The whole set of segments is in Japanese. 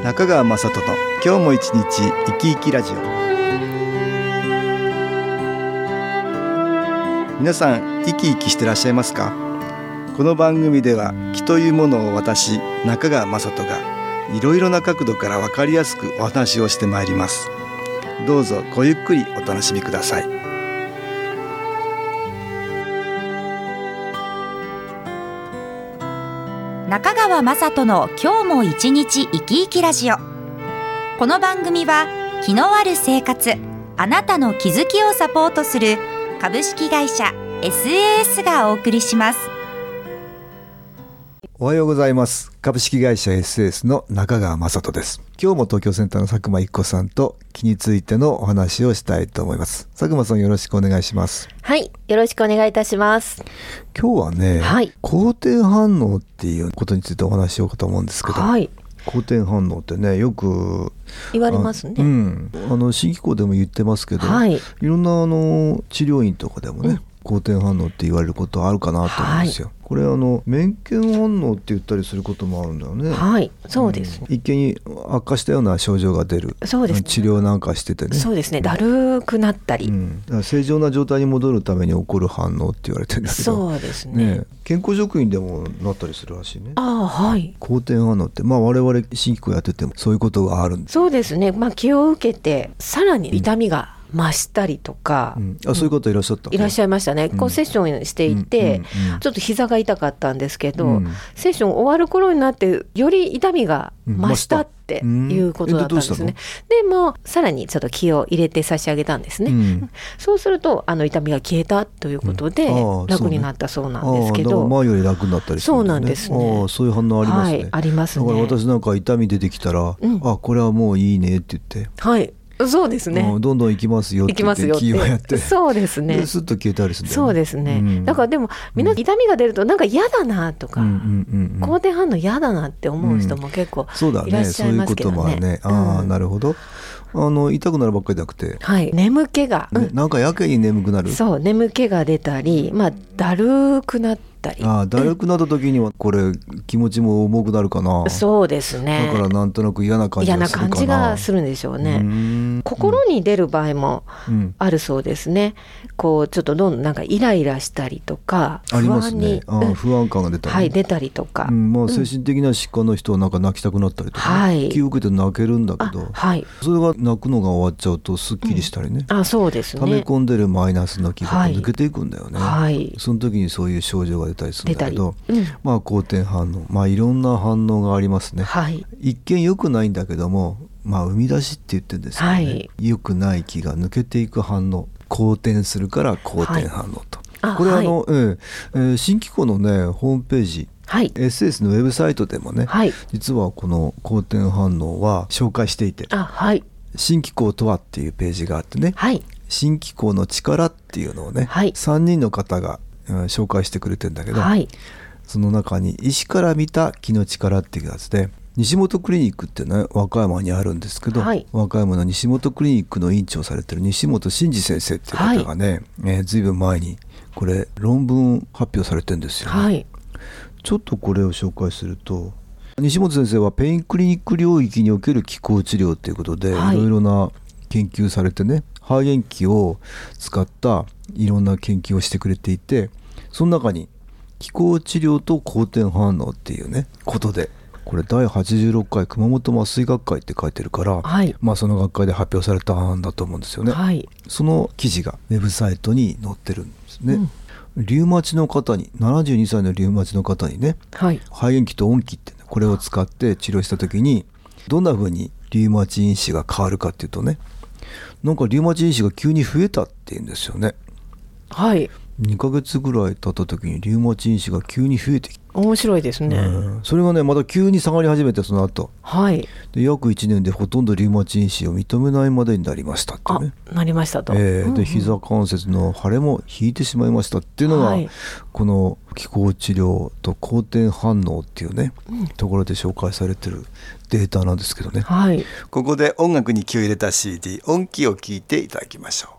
中川雅人の今日も一日生き生きラジオ。皆さん生き生きしてらっしゃいますか？この番組では気というものを私中川雅人がいろいろな角度から分かりやすくお話をしてまいります。どうぞごゆっくりお楽しみください。 中川雅人の今日も一日生き生きラジオ。この番組は気のある生活、あなたの気づきをサポートする株式会社 SAS がお送りします。 おはようございます。株式会社 SAS の中川雅人です。今日も東京センターの佐久間一子さんと気についてのお話をしたいと思います。佐久間さん、よろしくお願いします。 はい、よろしくお願いいたします。 今日はね、好転反応っていうことについてお話ししようかと思うんですけど、好転反応ってね、よく言われますね。 新機構でも言ってますけど、いろんな治療院とかでもね、好転反応って言われることあるかなと思うんですよ。これ免検反応って言ったりすることもあるんだよね。 そうですね。 一見に悪化したような症状が出る。 そうですね。 治療なんかしててね。 そうですね。だるくなったり、 だから正常な状態に戻るために起こる反応って言われてるんだけど。 そうですね。 健康食品でもなったりするらしいね。好転反応って、我々新機構やっててもそういうことがあるんです。 そうですね。気を受けてさらに痛みが増したりとか、 そういう方いらっしゃった、 いらっしゃいましたね。セッションしていて、ちょっと膝が痛かったんですけど、セッション終わる頃になってより痛みが増したっていうことだったんですね。でもさらにちょっと気を入れて差し上げたんですね。そうすると痛みが消えたということで、楽になったそうなんですけど、 だから前より楽になったりするんですね。そうなんですね。そういう反応ありますね。 ありますね。 だから私なんか痛み出てきたら、これはもういいねって言って、 そうですね。 どんどん行きますよって言って気をやって、 そうですね。 スッと消えたりするんだよね。 そうですね。だからでもみんな痛みが出るとなんか嫌だなとか、好転反応嫌だなって思う人も結構いらっしゃいますけどね。 そういうこともあるね。なるほど。痛くなるばっかりじゃなくて、 眠気が、 なんかやけに眠くなる。 そう、眠気が出たり、だるくなったり。 だるくなった時にはこれ気持ちも重くなるかな。 そうですね。 だからなんとなく嫌な感じがするかな。 嫌な感じがするんでしょうね。心に出る場合もあるそうですね。ちょっとどんどんなんかイライラしたりとか、 不安に、不安感が出たり、 出たりとか、 精神的な疾患の人はなんか泣きたくなったりとか、気を受けて泣けるんだけど、それが泣くのが終わっちゃうとすっきりしたりね、 そうですね。 溜め込んでるマイナスの気が抜けていくんだよね。その時にそういう症状が出たりするんだけど、好転反応、いろんな反応がありますね。一見良くないんだけども、生み出しって言ってるんですけどね、良くない気が抜けていく反応、好転するから好転反応と。これは新機構のねホームページ、SS のウェブサイトでもね、実はこの好転反応は紹介していて、新機構とはっていうページがあってね、新機構の力っていうのをね、3人の方が紹介してくれてるんだけど、その中に医師から見た気の力っていうやつで、西本クリニックってね和歌山にあるんですけど、和歌山の西本クリニックの院長されてる西本真二先生っていう方がね、ずいぶん前にこれ論文発表されてるんですよね。ちょっとこれを紹介すると、西本先生はペインクリニック領域における気候治療ということで、いろいろな研究されてね、肺炎器を使ったいろんな研究をしてくれていて、その中に気候治療と好転反応っていうねことで、これ第86回熊本麻酔学会って書いてるから、その学会で発表されたんだと思うんですよね。その記事がウェブサイトに載ってるんですね。リウマチの方に、72歳のリウマチの方にね、肺炎器と温器って、これを使って治療した時にどんな風にリウマチ因子が変わるかっていうとね、なんかリウマチ因子が急に増えたっていうんですよね。2ヶ月ぐらい経った時にリウマチ因子が急に増えてきて、 面白いですね。 それがねまた急に下がり始めて、その後、で約1年でほとんどリウマチ因子を認めないまでになりましたってね。 なりましたと。 で膝関節の腫れも引いてしまいましたっていうのが、この気候治療と好転反応っていうね、ところで紹介されてるデータなんですけどね。ここで音楽に気を入れた CD 音気を聴いていただきましょう。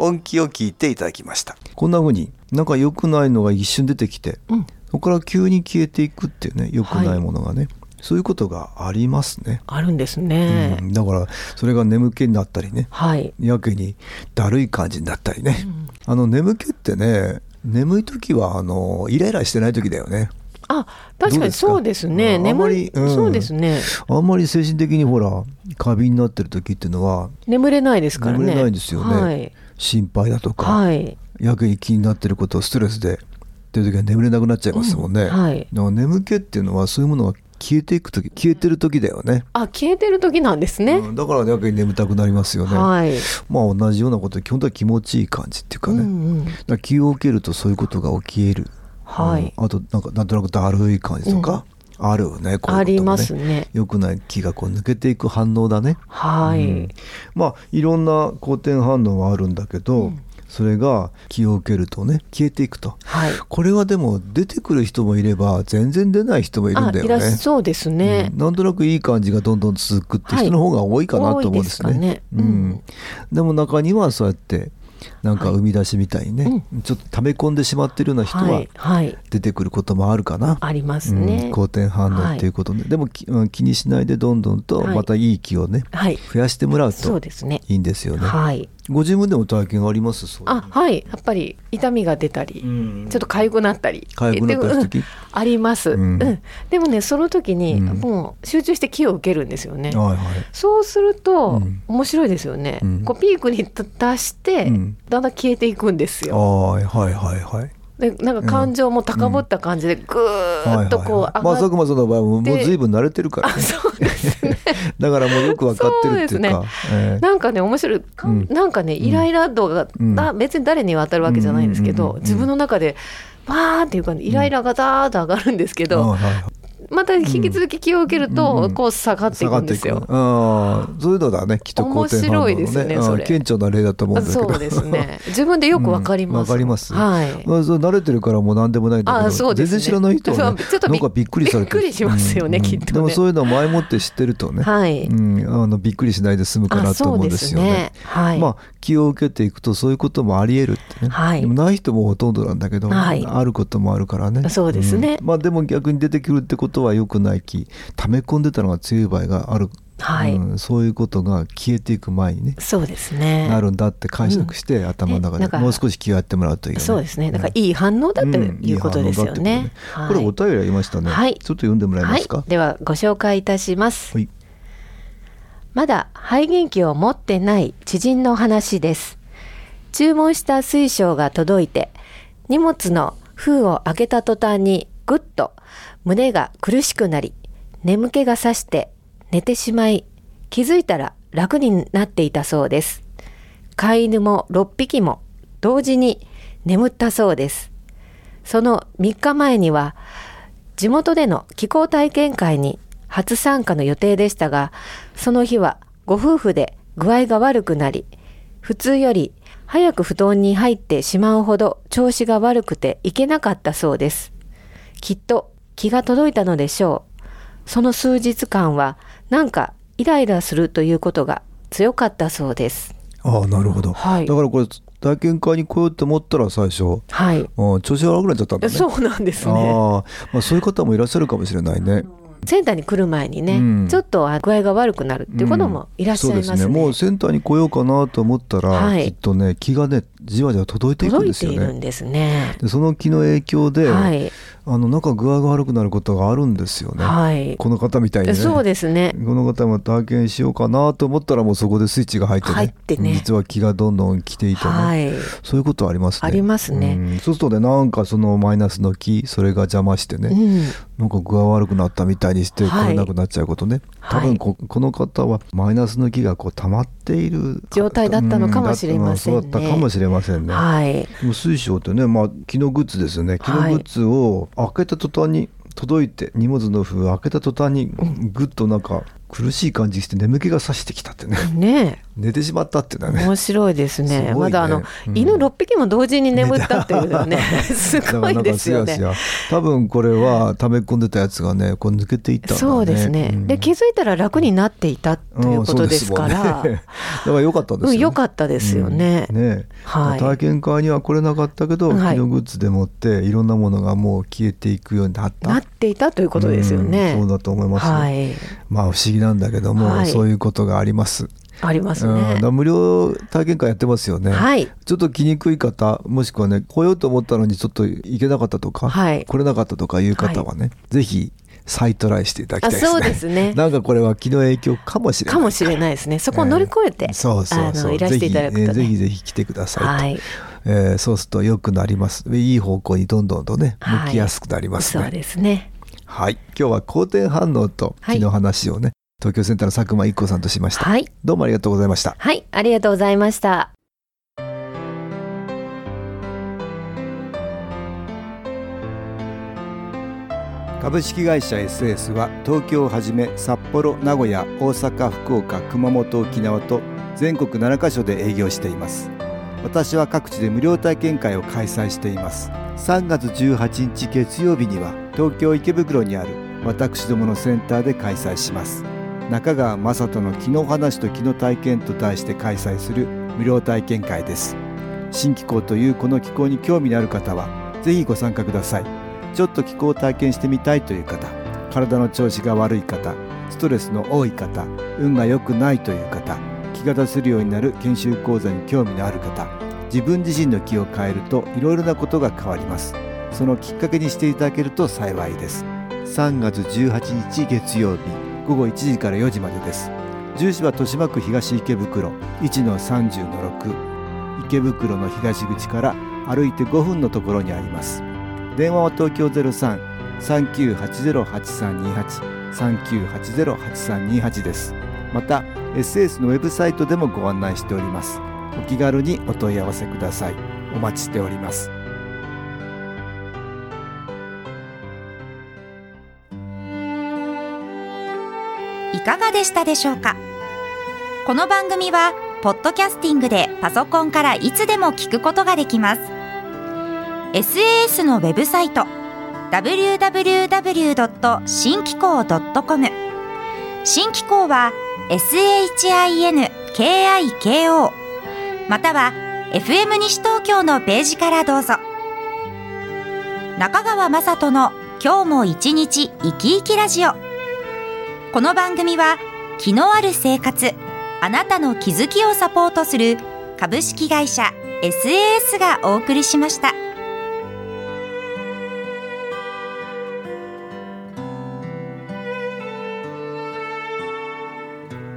音気を聞いていただきました。こんな風になんか良くないのが一瞬出てきて、そこから急に消えていくっていうね、良くないものがね、そういうことがありますね。 あるんですね。 だからそれが眠気になったりね、やけにだるい感じになったりね、眠気ってね、眠い時はイライラしてない時だよね。 確かにそうですね。そうですね。 あんまり精神的にほら過敏になってる時っていうのは眠れないですからね。 眠れないですよね。心配だとか、やけに気になってることをストレスでっていう時は眠れなくなっちゃいますもんね。だから眠気っていうのはそういうものが消えていく時、消えてる時だよね。 消えてる時なんですね。 だからやけに眠たくなりますよね。同じようなことで基本的には気持ちいい感じっていうかね、だから気を受けるとそういうことが起きえる。あとなんとなくだるい感じとか、あるよね。こういうこともね、ありますね。良くない気が抜けていく反応だね。いろんな好転反応はあるんだけど、それが気を受けるとね、消えていくと、これはでも出てくる人もいれば全然出ない人もいるんだよね。 そうですね、 なんとなくいい感じがどんどん続くって人の方が多いかなと思うんですね。でも中にはそうやってなんか生み出しみたいにね、ちょっと溜め込んでしまってるような人は出てくることもあるかな。 ありますね。 好転反応っていうことで、でも気にしないでどんどんとまたいい気をね、増やしてもらうといいんですよね。ご自分でも体験あります？そういうやっぱり痛みが出たり、ちょっと痒くなったり時あります。でもね、その時にもう集中して気を受けるんですよね。そうすると面白いですよね。こうピークに達してだんだん消えていくんですよ。でなんか感情も高ぶった感じでぐーっとこう上がって、 佐久間さんの場合もう随分慣れてるからね。 そうですね。 だからもうよく分かってるっていうか、 なんかね面白い、なんかねイライラ度が別に誰に渡るわけじゃないんですけど、自分の中でバーっていうか、イライラがダーッと上がるんですけど、また引き続き気を受けるとこう下がっていくんですよ。 そういうのだね、きっと好転反応のね、面白いですね。それ顕著な例だと思うんだけど。 そうですね。自分でよくわかります。 わかります。慣れてるからもう何でもないんだけど、全然知らない人はね、なんかびっくりされて、 びっくりしますよね、きっとね。 でもそういうのを前もって知ってるとね、びっくりしないで済むかなと思うんですよね。気を受けていくとそういうこともあり得るってね。でもない人もほとんどなんだけど、あることもあるからね。 そうですね。 でも逆に出てくるってことは良くない気、溜め込んでたのが強い場合がある。そういうことが消えていく前にね、 そうですね、 なるんだって解釈して、頭の中でもう少し気をやってもらうといいよね。 そうですね。だからいい反応だということですよね。 これお便りありましたね。ちょっと読んでもらえますか。 ではご紹介いたします。まだ肺元気を持ってない知人の話です。注文した水晶が届いて、荷物の封を開けた途端にぐっと胸が苦しくなり、眠気がさして寝てしまい、気づいたら楽になっていたそうです。飼い犬も6匹も同時に眠ったそうです。その3日前には地元での気候体験会に初参加の予定でしたが、その日はご夫婦で具合が悪くなり、普通より早く布団に入ってしまうほど調子が悪くていけなかったそうです。きっと気が届いたのでしょう。その数日間はなんかイライラするということが強かったそうです。 なるほど。だからこれ体験会に来ようと思ったら最初、調子が悪くなっちゃったんだね。 そうなんですね。 そういう方もいらっしゃるかもしれないね。 センターに来る前にね、ちょっと具合が悪くなるっていうこともいらっしゃいますね。 そうですね。もうセンターに来ようかなと思ったら、きっとね、気がねじわじわ届いていくんですよね。 届いているんですね。 でその気の影響で、なんか具合が悪くなることがあるんですよね。この方みたいにね。 そうですね。 この方も体験しようかなと思ったらもうそこでスイッチが入ってね、実は気がどんどん来ていてね、そういうことはありますね。 ありますね。 そうするとね、なんかそのマイナスの気、それが邪魔してね、なんか具合悪くなったみたいにして来れなくなっちゃうことね。多分この方はマイナスの気がこう溜まっている状態だったのかもしれませんね。 そうだったかもしれませんね。水晶ってね、気のグッズですよね。気のグッズを開けた途端に届いて、荷物の封を開けた途端にぐっとなんか苦しい感じして眠気がさしてきたってね。 寝てしまったっていうのはね面白いですね。まだ犬6匹も同時に眠ったっていうのはねすごいですよね。 多分これは溜め込んでたやつがねこう抜けていったんだね。 そうですね、で気づいたら楽になっていたということですから、 だから良かったですよね。 良かったですよね。 体験会には来れなかったけど、木のグッズでもっていろんなものがもう消えていくようになっていたということですよね。 そうだと思います。まあ不思議なんだけども、そういうことがあります。 ありますね。 無料体験会やってますよね。ちょっと来にくい方、もしくはね来ようと思ったのにちょっと行けなかったとか、来れなかったとかいう方はね、ぜひ再トライしていただきたいですね。 そうですね。 なんかこれは気の影響かもしれない。 かもしれないですね。そこを乗り越えて、いらしていただくとね。 ぜひぜひ来てくださいと。そうすると良くなります。いい方向にどんどんとね向きやすくなりますね。 そうですね。 はい。今日は好転反応と気の話をね、東京センターの佐久間一子さんとしました。どうもありがとうございました。 はい、ありがとうございました。 株式会社 SS は東京をはじめ札幌、名古屋、大阪、福岡、熊本、沖縄と全国7カ所で営業しています。私は各地で無料体験会を開催しています。3月18日月曜日には東京池袋にある私どものセンターで開催します。中川雅人の気の話と気の体験と題して開催する無料体験会です。新気候というこの気候に興味のある方はぜひご参加ください。ちょっと気候を体験してみたいという方、体の調子が悪い方、ストレスの多い方、運が良くないという方、気が出せるようになる研修講座に興味のある方、自分自身の気を変えるといろいろなことが変わります。そのきっかけにしていただけると幸いです。3月18日月曜日午後1時から4時までです。住所は豊島区東池袋 1-30-6、 池袋の東口から歩いて5分のところにあります。電話は東京 03-3980-8328 3980-8328 です。また SS のウェブサイトでもご案内しております。お気軽にお問い合わせください。お待ちしております。 いかがでしたでしょうか。この番組はポッドキャスティングでパソコンからいつでも聞くことができます。 SAS のウェブサイト www.新機構 .com、 新機構は SHINKIKO、 または FM 西東京のページからどうぞ。中川雅人の今日も一日生き生きラジオ。この番組は気のある生活、あなたの気づきをサポートする株式会社 SAS がお送りしました。